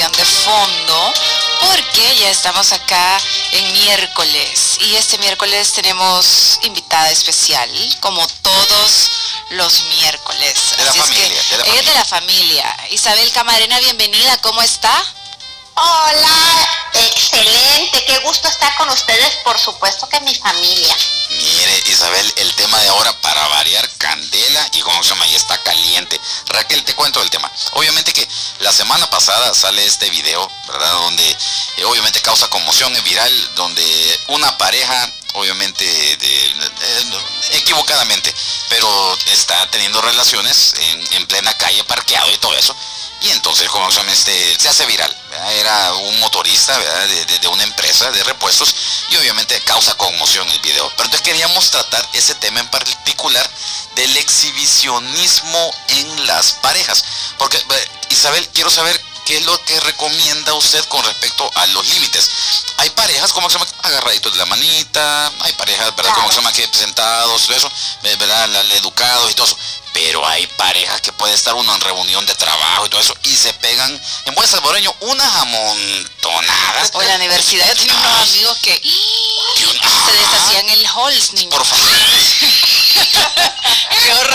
canción de fondo porque ya estamos acá en miércoles y este miércoles tenemos invitada especial como todos los miércoles. De la familia. Ella es de la familia. Isabel Camarena, bienvenida, ¿cómo está? Hola, excelente, qué gusto estar con ustedes, por supuesto que mi familia. Mire, Isabel, el tema de ahora, para variar, candela y como se llama, y está caliente. Raquel, te cuento el tema. Obviamente que la semana pasada sale este video, ¿verdad? Donde obviamente causa conmoción, es viral, donde una pareja, obviamente equivocadamente, pero está teniendo relaciones en plena calle, parqueado y todo eso. Y entonces, como se llama, se hace viral, ¿verdad? Era un motorista, ¿verdad? De una empresa de repuestos y obviamente causa conmoción el video. Pero entonces queríamos tratar ese tema en particular del exhibicionismo en las parejas. Porque, Isabel, quiero saber qué es lo que recomienda usted con respecto a los límites. Hay parejas, como se llama, agarraditos de la manita, hay parejas, ¿verdad? Como se llama, que sentados, todo eso, ¿verdad? Educados y todo eso. Pero hay parejas que puede estar uno en reunión de trabajo y todo eso y se pegan en buen salvadoreño unas amontonadas. O en la universidad yo tenía unos amigos que se deshacían el Halls, niño. Por favor. Qué horror.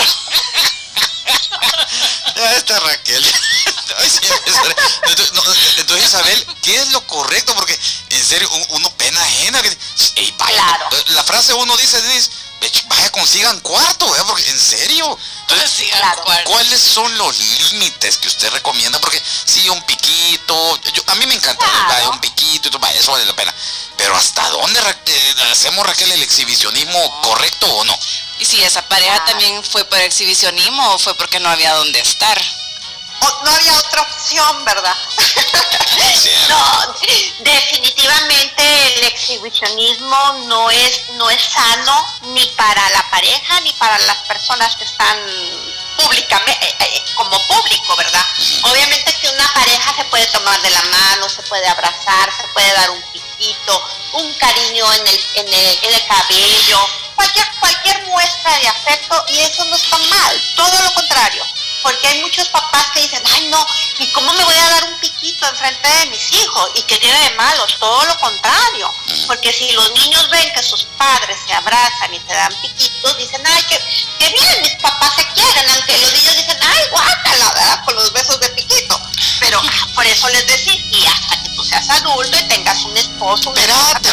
Ya está Raquel. Ay, sí, entonces, Isabel, ¿qué es lo correcto? Porque en serio, uno pena ajena. Ey, vaya, claro. La frase uno dice, vaya, consigan cuarto, ¿verdad? Porque en serio. Entonces, claro. ¿Cuáles son los límites que usted recomienda? Porque sí, un piquito, a mí me encanta, claro. Un piquito, vaya, eso vale la pena. Pero ¿hasta dónde hacemos, Raquel, el exhibicionismo correcto o no? Y si esa pareja también fue por exhibicionismo o fue porque no había dónde estar. No había otra opción, ¿verdad? Sí. No, definitivamente el exhibicionismo no es sano ni para la pareja ni para las personas que están públicamente, como público, ¿verdad? Obviamente que una pareja se puede tomar de la mano, se puede abrazar, se puede dar un piquito, un cariño en el cabello, cualquier muestra de afecto, y eso no está mal, todo lo contrario. Porque hay muchos papás que dicen, ay no, ¿y cómo me voy a dar un piquito enfrente de mis hijos? ¿Y qué tiene de malo? Todo lo contrario. Porque si los niños ven que sus padres se abrazan y se dan piquitos, dicen, ay, qué bien, mis papás se quieren. Aunque los niños dicen, ay, guácala, ¿verdad? Por los besos de piquito. Pero por eso les decís, y hasta que tú seas adulto y tengas un esposo. Espérate.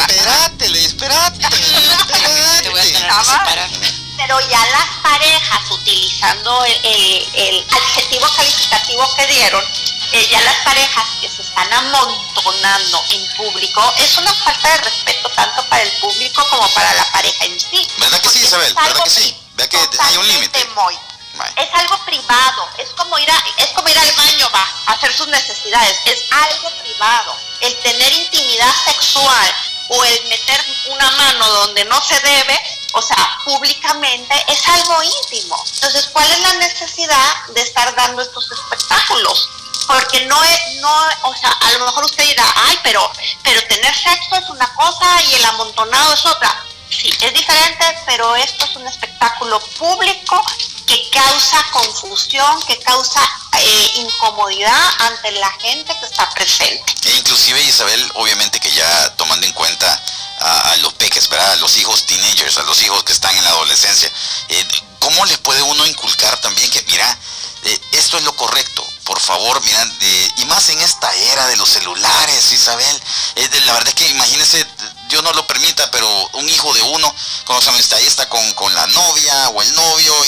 Te voy a tener que separar. Pero ya las parejas, utilizando el adjetivo calificativo que dieron, ya las parejas que se están amontonando en público, es una falta de respeto tanto para el público como para la pareja en sí. ¿Verdad que sí, Isabel? ¿Verdad que sí? Vea que hay un límite. Es algo privado, es como ir al baño, a hacer sus necesidades, es algo privado. El tener intimidad sexual o el meter una mano donde no se debe, o sea, públicamente, es algo íntimo. Entonces, ¿cuál es la necesidad de estar dando estos espectáculos? Porque o sea, a lo mejor usted dirá, ay, pero tener sexo es una cosa y el amontonado es otra. Sí, es diferente, pero esto es un espectáculo público que causa confusión, que causa incomodidad ante la gente que está presente. E inclusive, Isabel, obviamente que ya tomando en cuenta a los peques, ¿verdad? A los hijos teenagers, a los hijos que están en la adolescencia, ¿cómo les puede uno inculcar también que, mira, esto es lo correcto? Por favor, mira, y más en esta era de los celulares, Isabel, la verdad es que imagínense, Dios no lo permita, pero un hijo de uno, cuando se está con la novia o el novio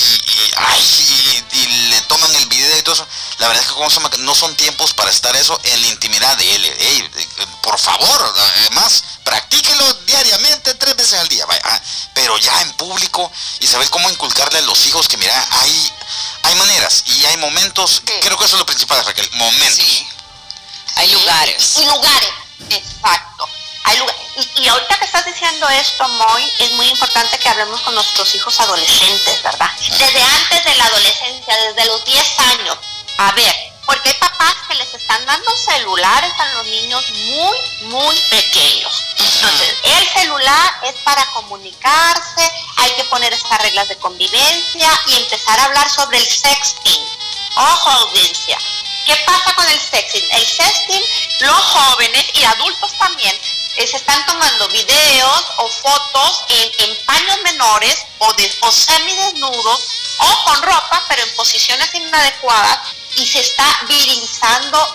y le toman el video y todo eso, la verdad es que no son tiempos para estar eso en la intimidad de él. Por favor, además, practíquelo diariamente 3 veces al día, pero ya en público, y saber cómo inculcarle a los hijos que, mira, hay maneras y hay momentos, sí. Creo que eso es lo principal, Raquel, momentos. Sí. Hay lugares. Y lugares, exacto. Hay lugares. Y ahorita que estás diciendo esto, Moy, es muy importante que hablemos con nuestros hijos adolescentes, ¿verdad? Desde antes de la adolescencia, desde los 10 años. A ver, porque hay papás que les están dando celulares a los niños muy, muy pequeños. Entonces, el celular es para comunicarse, hay que poner esas reglas de convivencia y empezar a hablar sobre el sexting. Ojo, audiencia, ¿qué pasa con el sexting? El sexting, los jóvenes y adultos también se están tomando videos o fotos en paños menores o semidesnudos o con ropa, pero en posiciones inadecuadas, y se está virilizando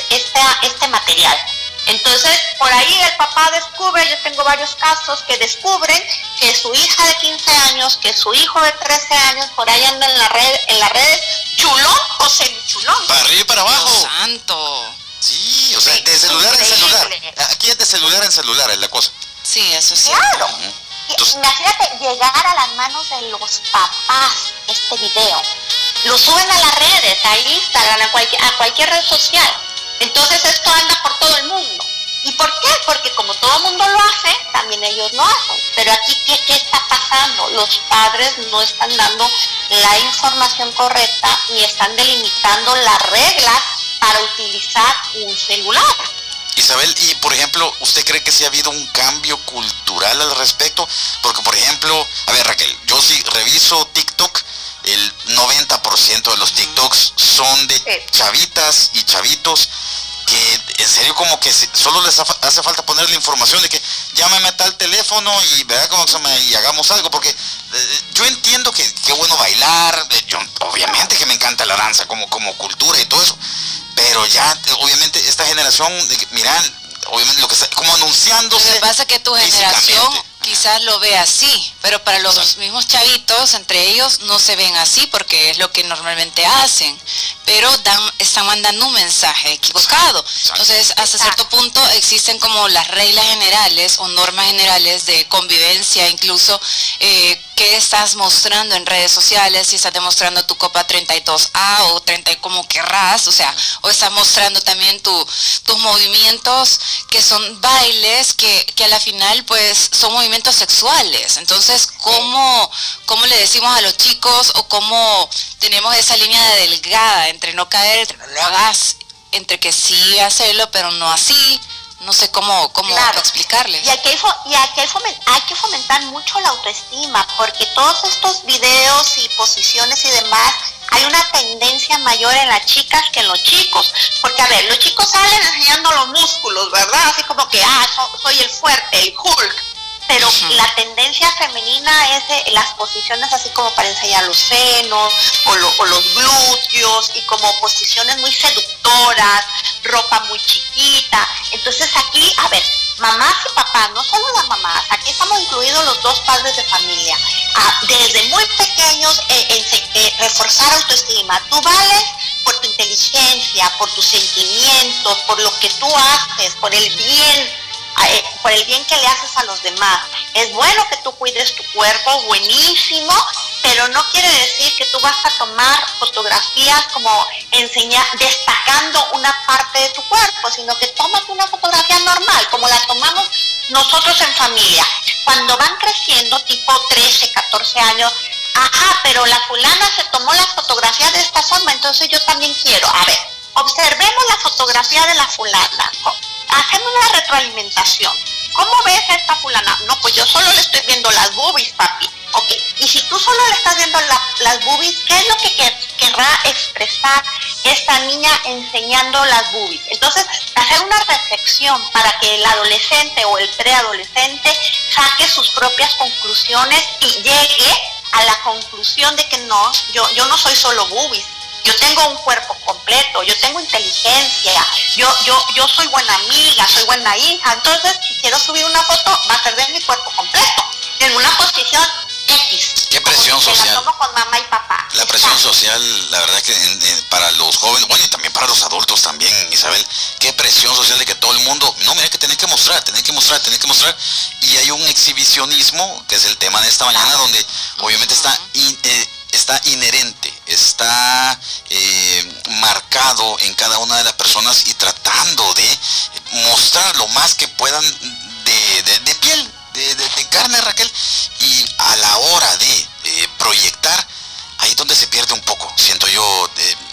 este material. Entonces, por ahí el papá descubre, yo tengo varios casos que descubren que su hija de 15 años, que su hijo de 13 años, por ahí anda en las redes, chulón o semichulón. Para arriba y para abajo. Dios santo. Sí, o sea, de celular en celular. Aquí es de celular en celular, es la cosa. Sí, eso sí. Claro. Entonces, Imagínate llegar a las manos de los papás este video. Lo suben a las redes, a Instagram, a cualquier red social. Entonces esto anda por todo el mundo. ¿Y por qué? Porque como todo el mundo lo hace, también ellos lo hacen. Pero aquí, ¿qué está pasando? Los padres no están dando la información correcta ni están delimitando las reglas para utilizar un celular. Isabel, y por ejemplo, ¿usted cree que sí ha habido un cambio cultural al respecto? Porque, por ejemplo, a ver, Raquel, yo sí reviso TikTok, el 90% de los TikToks son de chavitas y chavitos que en serio como que solo les hace falta poner la información de que llámeme a tal teléfono y verá cómo se me, y hagamos algo, porque yo entiendo que qué bueno bailar, yo obviamente que me encanta la danza como cultura y todo eso, pero ya obviamente esta generación, mira, obviamente lo que está como anunciándose. Lo que pasa es que tu generación quizás lo ve así, pero para los mismos chavitos, entre ellos, no se ven así porque es lo que normalmente hacen, pero están mandando un mensaje equivocado. Entonces, hasta cierto punto existen como las reglas generales o normas generales de convivencia, incluso qué estás mostrando en redes sociales, si estás demostrando tu copa 32A o 30 como querrás, o sea, o estás mostrando también tus movimientos que son bailes que a la final pues son movimientos sexuales. Entonces, ¿cómo le decimos a los chicos o cómo tenemos esa línea delgada entre no caer, entre no lo hagas, entre que sí hacerlo pero no así? No sé cómo claro. Explicarles. Y hay que fomentar mucho la autoestima, porque todos estos videos y posiciones y demás, hay una tendencia mayor en las chicas que en los chicos. Porque, a ver, los chicos salen enseñando los músculos, ¿verdad? Así como que, soy el fuerte, el Hulk. Pero la tendencia femenina es de las posiciones así como para enseñar los senos o los glúteos, y como posiciones muy seductoras, ropa muy chiquita. Entonces aquí, a ver, mamás y papás, no solo las mamás, aquí estamos incluidos los dos padres de familia. Desde muy pequeños reforzar autoestima. Tú vales por tu inteligencia, por tus sentimientos, por lo que tú haces, por el bien que le haces a los demás. Es bueno que tú cuides tu cuerpo, buenísimo, pero no quiere decir que tú vas a tomar fotografías como destacando una parte de tu cuerpo, sino que tomas una fotografía normal, como la tomamos nosotros en familia. Cuando van creciendo, tipo 13, 14 años, pero la fulana se tomó la fotografía de esta forma, entonces yo también quiero. A ver, observemos la fotografía de la fulana. Hacemos una retroalimentación. ¿Cómo ves a esta fulana? No, pues yo solo le estoy viendo las boobies, papi. Ok, y si tú solo le estás viendo las boobies, ¿qué es lo que querrá expresar esta niña enseñando las boobies? Entonces, hacer una reflexión para que el adolescente o el preadolescente saque sus propias conclusiones y llegue a la conclusión de que no, yo no soy solo boobies. Yo tengo un cuerpo completo, yo tengo inteligencia, yo soy buena amiga, soy buena hija. Entonces, si quiero subir una foto, va a ser de mi cuerpo completo, en una posición X. Qué presión social. La tomo con mamá y papá. La presión social, la verdad que para los jóvenes, bueno, y también para los adultos también, Isabel, qué presión social de que todo el mundo, no, mira que tenés que mostrar, y hay un exhibicionismo, que es el tema de esta mañana, donde obviamente está inherente, está marcado en cada una de las personas y tratando de mostrar lo más que puedan de piel, de carne, Raquel, y a la hora de proyectar, ahí es donde se pierde un poco, siento yo,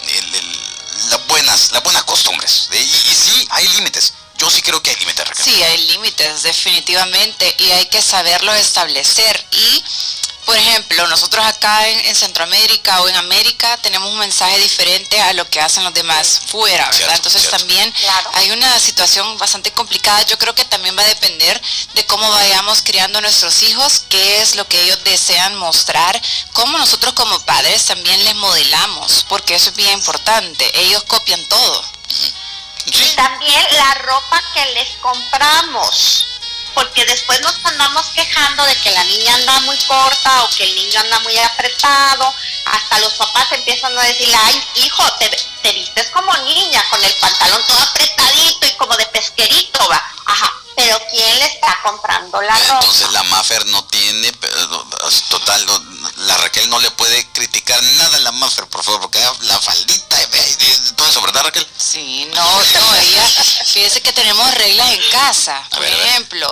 las buenas costumbres, y sí, hay límites. Yo sí creo que hay límites, Raquel. Sí, hay límites, definitivamente, y hay que saberlo establecer. Y Por ejemplo, nosotros acá en Centroamérica o en América tenemos un mensaje diferente a lo que hacen los demás fuera, ¿verdad? Cierto, Entonces cierto. también Claro. hay una situación bastante complicada. Yo creo que también va a depender de cómo vayamos criando a nuestros hijos, qué es lo que ellos desean mostrar, cómo nosotros como padres también les modelamos, porque eso es bien importante. Ellos copian todo. Y también la ropa que les compramos, porque después nos andamos quejando de que la niña anda muy corta o que el niño anda muy apretado. Hasta los papás empiezan a decirle, ay hijo, te vistes como niña, con el pantalón todo apretadito y como de pesquerito, va. Ajá, pero ¿quién le está comprando la ropa? Entonces la Maffer no tiene, total, la Raquel no le puede criticar nada a la Maffer, por favor, porque la faldita y todo eso, ¿verdad, Raquel? Sí, no, ella, fíjese que tenemos reglas en casa. A Por ver, a ver. ejemplo,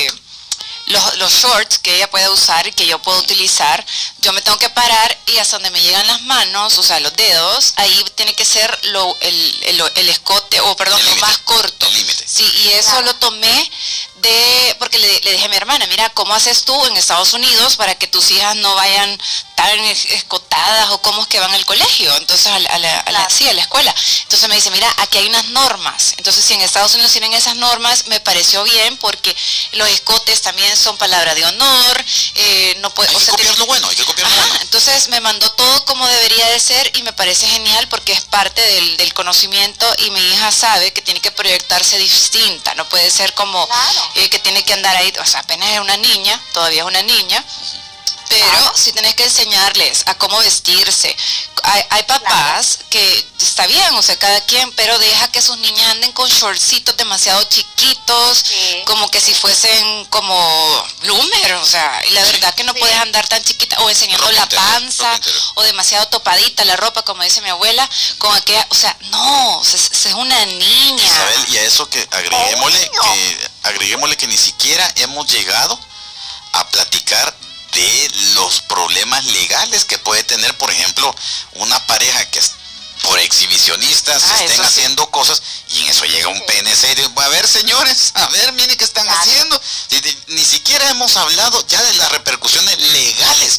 los shorts que ella puede usar y que yo puedo utilizar, yo me tengo que parar y hasta donde me llegan las manos, o sea, los dedos, ahí tiene que ser el escote, o perdón, El lo límite, más corto. el límite. Sí, y eso lo tomé porque le dije a mi hermana, mira, ¿cómo haces tú en Estados Unidos para que tus hijas no vayan tan escotadas o cómo es que van al colegio? Entonces, a la escuela. Entonces me dice, mira, aquí hay unas normas. Entonces, si en Estados Unidos tienen esas normas, me pareció bien porque los escotes también son palabra de honor. No puede, Hay que copiar lo bueno, hay que copiar lo Ajá, bueno. entonces me mandó todo como debería de ser y me parece genial porque es parte del conocimiento y mi hija sabe que tiene que proyectarse distinta, no puede ser como Claro. que tiene que andar ahí, o sea, apenas es una niña, todavía es una niña, pero sí tenés que enseñarles a cómo vestirse. Hay papás que está bien, o sea, cada quien, pero deja que sus niñas anden con shortcitos demasiado chiquitos, Sí. como que si fuesen como bloomer, o sea, y la verdad que no Sí. puedes andar tan chiquita o enseñando Ropa la interior, panza ropa interior. o demasiado topadita la ropa, como dice mi abuela, con aquella, o sea, no, es una niña. Isabel, y a eso que agreguémosle que ni siquiera hemos llegado a platicar de los problemas legales que puede tener, por ejemplo, una pareja que por exhibicionistas estén eso sí. haciendo cosas y en eso llega un pene serio. A ver, señores, a ver, miren qué están haciendo. Ni siquiera hemos hablado ya de las repercusiones legales.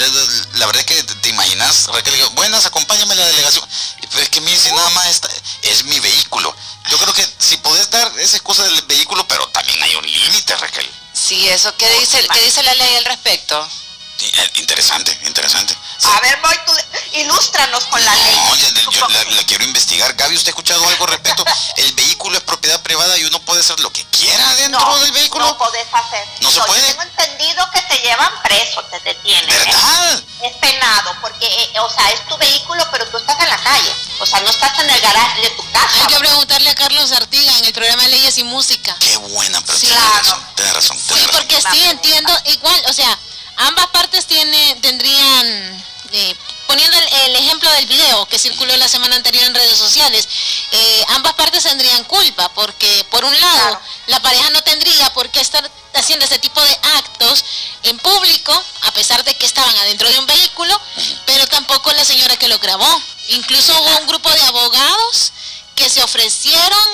La verdad es que te imaginas, Raquel, digo, buenas, acompáñame a la delegación. Pero es que me dice, nada más es mi vehículo. Yo creo que si podés dar esa excusa del vehículo, pero también hay un límite, Raquel. Sí, eso, ¿qué dice la ley al respecto? Interesante. Sí. A ver, Moy, tú ilústranos con la ley. No, yo la quiero investigar. Gaby, ¿usted ha escuchado algo al respecto? El vehículo es propiedad privada y uno puede hacer lo que quiera dentro del vehículo. No podés hacer. No se puede. Yo tengo entendido que te llevan preso, te detienen. ¿Verdad? Es penado, porque, o sea, es tu vehículo, pero tú estás en la calle. O sea, no estás en el garaje de tu casa. Hay que preguntarle a Carlos Artiga en el programa Leyes y Música. Qué buena, pero Sí, tienes claro. razón, tienes razón. Sí, porque sí entiendo, igual, o sea, ambas partes tendrían, poniendo el ejemplo del video que circuló la semana anterior en redes sociales, ambas partes tendrían culpa, porque por un lado, Claro. la pareja no tendría por qué estar haciendo ese tipo de actos en público, a pesar de que estaban adentro de un vehículo, pero tampoco la señora que lo grabó. Incluso hubo un grupo de abogados que se ofrecieron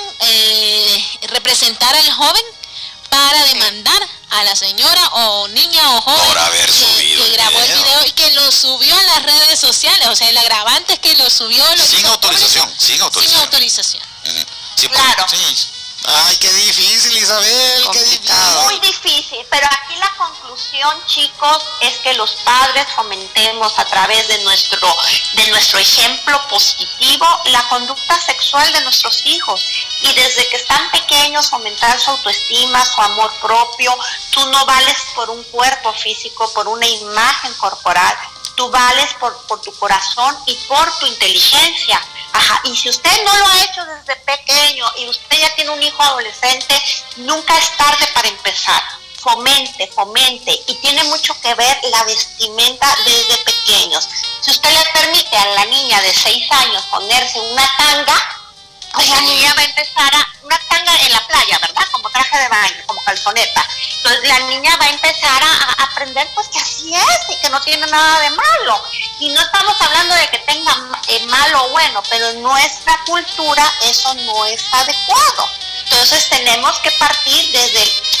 representar al joven para demandar a la señora o niña o joven Por haber subido que el grabó el video. video y que lo subió a las redes sociales. O sea, el agravante es que lo subió Sin hizo autorización, público, sin autorización. sin autorización. Ujú. Sí, Claro. sí. Ay, qué difícil, Isabel, qué difícil. Complicado. Muy difícil, pero aquí la conclusión, chicos, es que los padres fomentemos a través de nuestro ejemplo positivo la conducta sexual de nuestros hijos y desde que están pequeños fomentar su autoestima, su amor propio. Tú no vales por un cuerpo físico, por una imagen corporal. Tú vales por tu corazón y por tu inteligencia. Ajá. Y si usted no lo ha hecho desde pequeño y usted ya tiene un hijo adolescente, nunca es tarde para empezar. Fomente. Y tiene mucho que ver la vestimenta desde pequeños. Si usted le permite a la niña de 6 años ponerse una tanga, pues la niña va a empezar una tanga en la playa, ¿verdad? Como traje de baño, como calzoneta. Entonces la niña va a empezar a aprender pues que así es y que no tiene nada de malo. Y no estamos hablando de que tenga malo o bueno, pero en nuestra cultura eso no es adecuado. Entonces tenemos que partir desde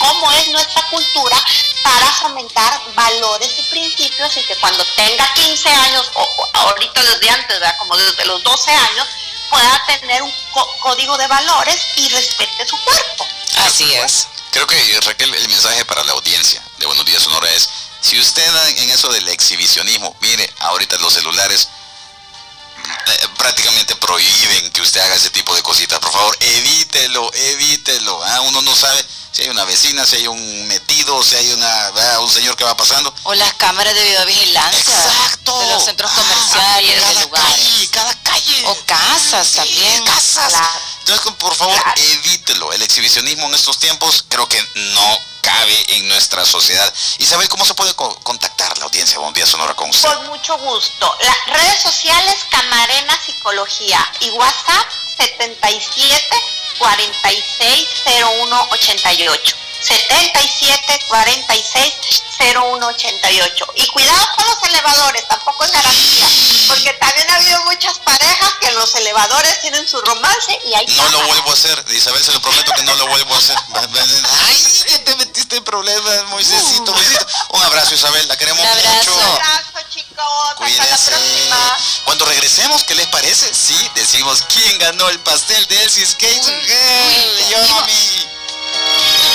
cómo es nuestra cultura para fomentar valores y principios, y que cuando tenga 15 años, o ahorita desde antes, ¿verdad? Como desde los 12 años, pueda tener un código de valores y respete su cuerpo. Así es. Creo que, Raquel, el mensaje para la audiencia de Buenos Días Sonora es, si usted en eso del exhibicionismo, mire, ahorita los celulares prácticamente prohíben que usted haga ese tipo de cositas. Por favor, evítelo. Uno no sabe si hay una vecina, si hay un metido, si hay un señor que va pasando. O las cámaras de videovigilancia. Exacto. De los centros comerciales, de lugares. Cada calle. O casas también. Casas. Claro. Entonces, por favor, evítelo. El exhibicionismo en estos tiempos creo que no cabe en nuestra sociedad. Isabel, ¿cómo se puede contactar la audiencia Buenos Días Sonora con usted? Con mucho gusto. Las redes sociales, Camarena Psicología, y WhatsApp 77 46 01 88. 77 46 01 88. Y cuidado con los elevadores, tampoco es garantía, porque también ha habido muchas parejas que en los elevadores tienen su romance y hay No lo vuelvo a hacer, Isabel, se lo prometo que no lo vuelvo a hacer. Ay, ya te metiste en problemas, Moisésito. Un abrazo, Isabel, la queremos Un abrazo. mucho. Un abrazo, chicos. Hasta la Cuídense. próxima. Cuando regresemos, ¿qué les parece? Sí, decimos quién ganó el pastel de Elsie Skates. Yomi.